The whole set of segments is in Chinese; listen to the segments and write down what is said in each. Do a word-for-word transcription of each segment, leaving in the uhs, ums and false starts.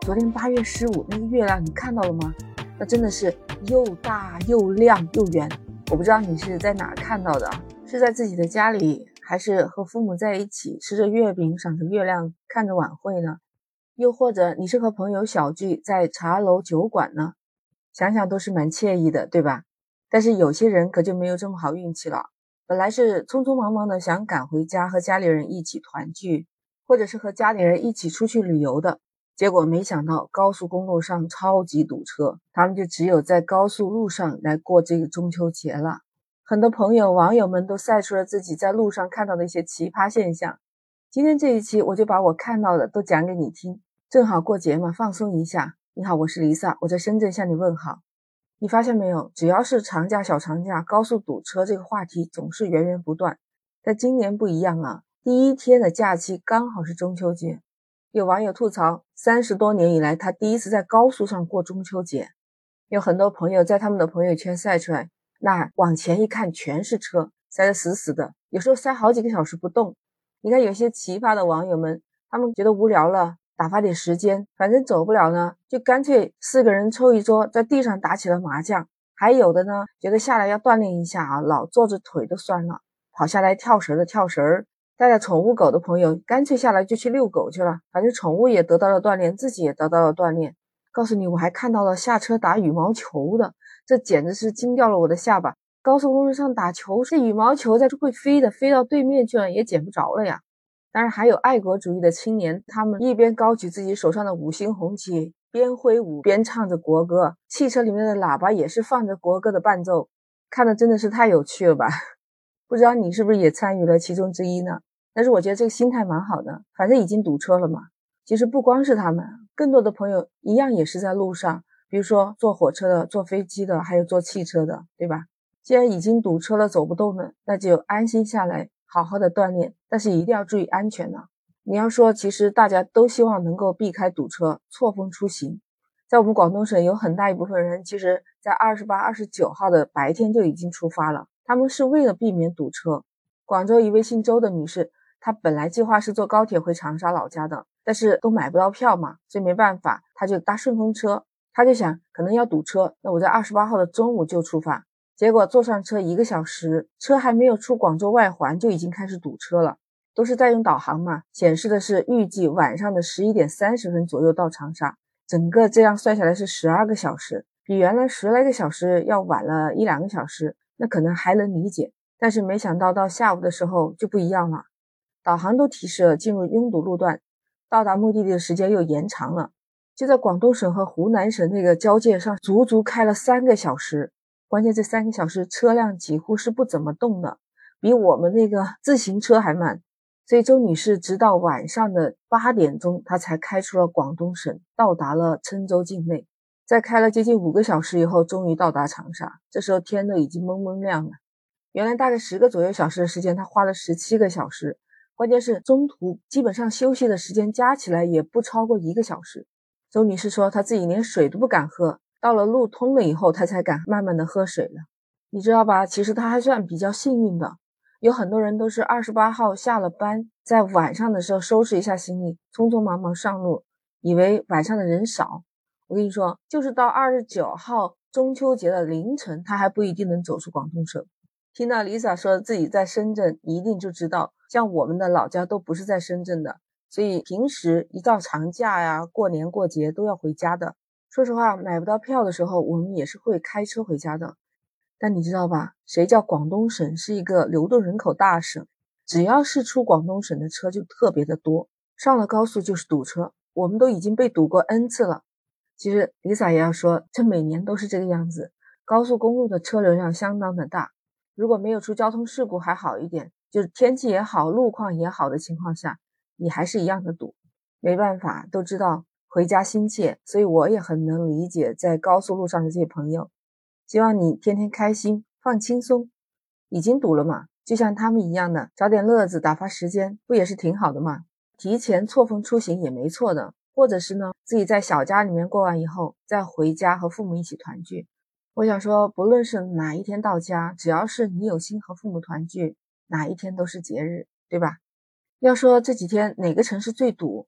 昨天八月十五那个月亮你看到了吗？那真的是又大又亮又圆。我不知道你是在哪儿看到的，是在自己的家里，还是和父母在一起吃着月饼赏着月亮看着晚会呢？又或者你是和朋友小聚在茶楼酒馆呢？想想都是蛮惬意的，对吧？但是有些人可就没有这么好运气了，本来是匆匆忙忙的想赶回家和家里人一起团聚，或者是和家里人一起出去旅游的，结果没想到高速公路上超级堵车，他们就只有在高速路上来过这个中秋节了。很多朋友网友们都晒出了自己在路上看到的一些奇葩现象，今天这一期我就把我看到的都讲给你听，正好过节嘛，放松一下。你好，我是 Lisa， 我在深圳向你问好。你发现没有，只要是长假小长假，高速堵车这个话题总是源源不断。但今年不一样啊，第一天的假期刚好是中秋节。有网友吐槽，三十多年以来他第一次在高速上过中秋节。有很多朋友在他们的朋友圈晒出来，那往前一看全是车，塞得死死的，有时候塞好几个小时不动。你看有些奇葩的网友们，他们觉得无聊了，打发点时间，反正走不了呢，就干脆四个人抽一桌，在地上打起了麻将。还有的呢，觉得下来要锻炼一下啊，老坐着腿都酸了，跑下来跳绳的跳绳，带了宠物狗的朋友干脆下来就去遛狗去了，反正宠物也得到了锻炼，自己也得到了锻炼。告诉你，我还看到了下车打羽毛球的，这简直是惊掉了我的下巴。高速公路上打球，这羽毛球在会飞的，飞到对面去了也捡不着了呀。当然还有爱国主义的青年，他们一边高举自己手上的五星红旗，边挥舞边唱着国歌，汽车里面的喇叭也是放着国歌的伴奏，看的真的是太有趣了吧。不知道你是不是也参与了其中之一呢？但是我觉得这个心态蛮好的，反正已经堵车了嘛。其实不光是他们，更多的朋友一样也是在路上，比如说坐火车的、坐飞机的，还有坐汽车的，对吧？既然已经堵车了，走不动了，那就安心下来好好的锻炼，但是一定要注意安全呢。你要说其实大家都希望能够避开堵车，错峰出行。在我们广东省有很大一部分人其实在二十八、二十九号的白天就已经出发了，他们是为了避免堵车。广州一位姓周的女士，她本来计划是坐高铁回长沙老家的，但是都买不到票嘛，所以没办法，她就搭顺风车。她就想可能要堵车，那我在二十八号的中午就出发。结果坐上车一个小时，车还没有出广州外环就已经开始堵车了。都是在用导航嘛，显示的是预计晚上的十一点三十分左右到长沙，整个这样算下来是十二个小时，比原来十来个小时要晚了一两个小时，那可能还能理解。但是没想到到下午的时候就不一样了，导航都提示了进入拥堵路段，到达目的地的时间又延长了，就在广东省和湖南省那个交界上足足开了三个小时。关键这三个小时车辆几乎是不怎么动的，比我们那个自行车还慢。所以周女士直到晚上的八点钟，她才开出了广东省，到达了郴州境内。在开了接近五个小时以后，终于到达长沙。这时候天都已经蒙蒙亮了。原来大概十个左右小时的时间，她花了十七个小时。关键是中途基本上休息的时间加起来也不超过一个小时。周女士说她自己连水都不敢喝，到了路通了以后，她才敢慢慢的喝水了。你知道吧，其实她还算比较幸运的。有很多人都是二十八号下了班，在晚上的时候收拾一下行李，匆匆忙忙上路，以为晚上的人少。我跟你说，就是到二十九号中秋节的凌晨，他还不一定能走出广东省。听到 Lisa 说自己在深圳，一定就知道，像我们的老家都不是在深圳的，所以平时一到长假呀、过年过节都要回家的。说实话，买不到票的时候，我们也是会开车回家的。但你知道吧，谁叫广东省是一个流动人口大省，只要是出广东省的车就特别的多，上了高速就是堵车，我们都已经被堵过 N 次了。其实 Lisa 也要说，这每年都是这个样子，高速公路的车流量相当的大，如果没有出交通事故还好一点，就是天气也好，路况也好的情况下，你还是一样的堵。没办法，都知道回家心切，所以我也很能理解在高速路上的这些朋友。希望你天天开心放轻松，已经堵了嘛，就像他们一样的找点乐子打发时间，不也是挺好的嘛？提前错峰出行也没错的，或者是呢自己在小家里面过完以后再回家和父母一起团聚。我想说，不论是哪一天到家，只要是你有心和父母团聚，哪一天都是节日，对吧？要说这几天哪个城市最堵，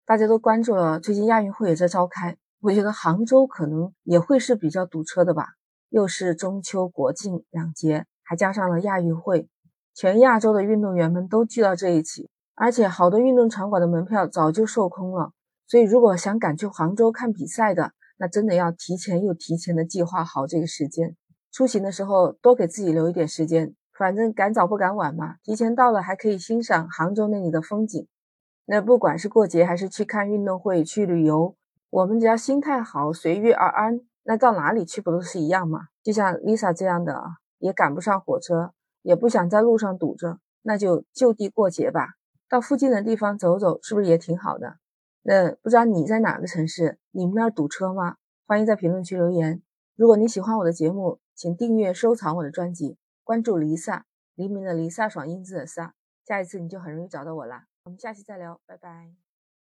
大家都关注了，最近亚运会也在召开，我觉得杭州可能也会是比较堵车的吧。又是中秋国庆两节，还加上了亚运会，全亚洲的运动员们都聚到这一起，而且好多运动场馆的门票早就售空了。所以如果想赶去杭州看比赛的，那真的要提前又提前的计划好这个时间。出行的时候多给自己留一点时间，反正赶早不赶晚嘛，提前到了还可以欣赏杭州那里的风景。那不管是过节还是去看运动会、去旅游，我们只要心态好，随遇而安，那到哪里去不都是一样吗？就像 Lisa 这样的啊，也赶不上火车，也不想在路上堵着，那就就地过节吧，到附近的地方走走，是不是也挺好的？那不知道你在哪个城市，你们那儿堵车吗？欢迎在评论区留言。如果你喜欢我的节目，请订阅收藏我的专辑，关注黎萨，黎明的黎，飒爽英姿的飒，下一次你就很容易找到我啦。我们下期再聊，拜拜。